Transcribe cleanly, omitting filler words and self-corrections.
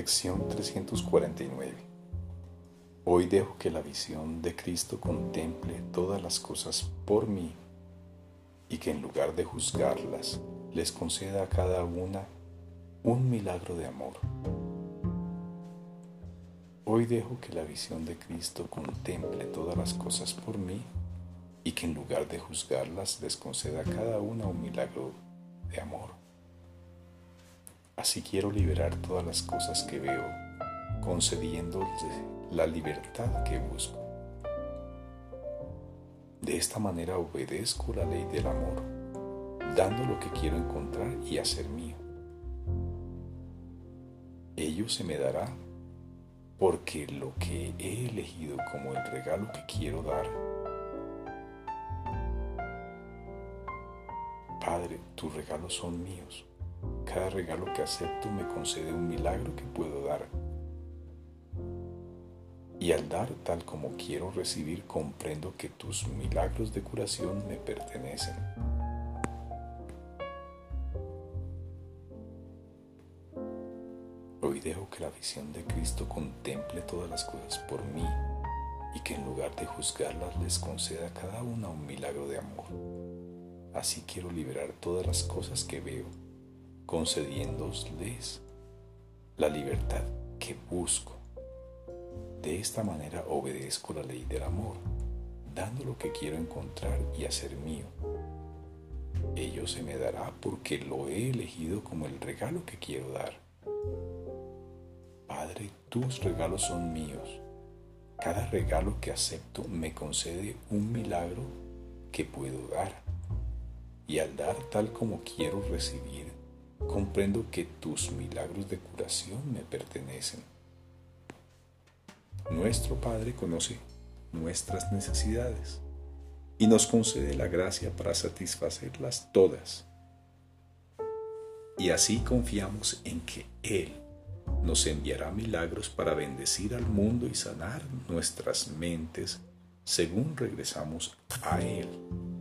Lección 349. Hoy dejo que la visión de Cristo contemple todas las cosas por mí y que en lugar de juzgarlas, les conceda a cada una un milagro de amor. Hoy dejo que la visión de Cristo contemple todas las cosas por mí y que en lugar de juzgarlas, les conceda a cada una un milagro de amor. Así quiero liberar todas las cosas que veo, concediéndoles la libertad que busco. De esta manera obedezco la ley del amor, dando lo que quiero encontrar y hacer mío. Ello se me dará porque lo que he elegido como el regalo que quiero dar. Padre, tus regalos son míos. Cada regalo que acepto me concede un milagro que puedo dar. Y al dar tal como quiero recibir, comprendo que tus milagros de curación me pertenecen. Hoy dejo que la visión de Cristo contemple todas las cosas por mí y que en lugar de juzgarlas les conceda a cada una un milagro de amor. Así quiero liberar todas las cosas que veo, concediéndoles la libertad que busco. De esta manera obedezco la ley del amor, dando lo que quiero encontrar y hacer mío. Ello se me dará porque lo he elegido como el regalo que quiero dar. Padre, tus regalos son míos. Cada regalo que acepto me concede un milagro que puedo dar. Y al dar tal como quiero recibir, comprendo que tus milagros de curación me pertenecen. Nuestro Padre conoce nuestras necesidades y nos concede la gracia para satisfacerlas todas. Y así confiamos en que Él nos enviará milagros para bendecir al mundo y sanar nuestras mentes según regresamos a Él.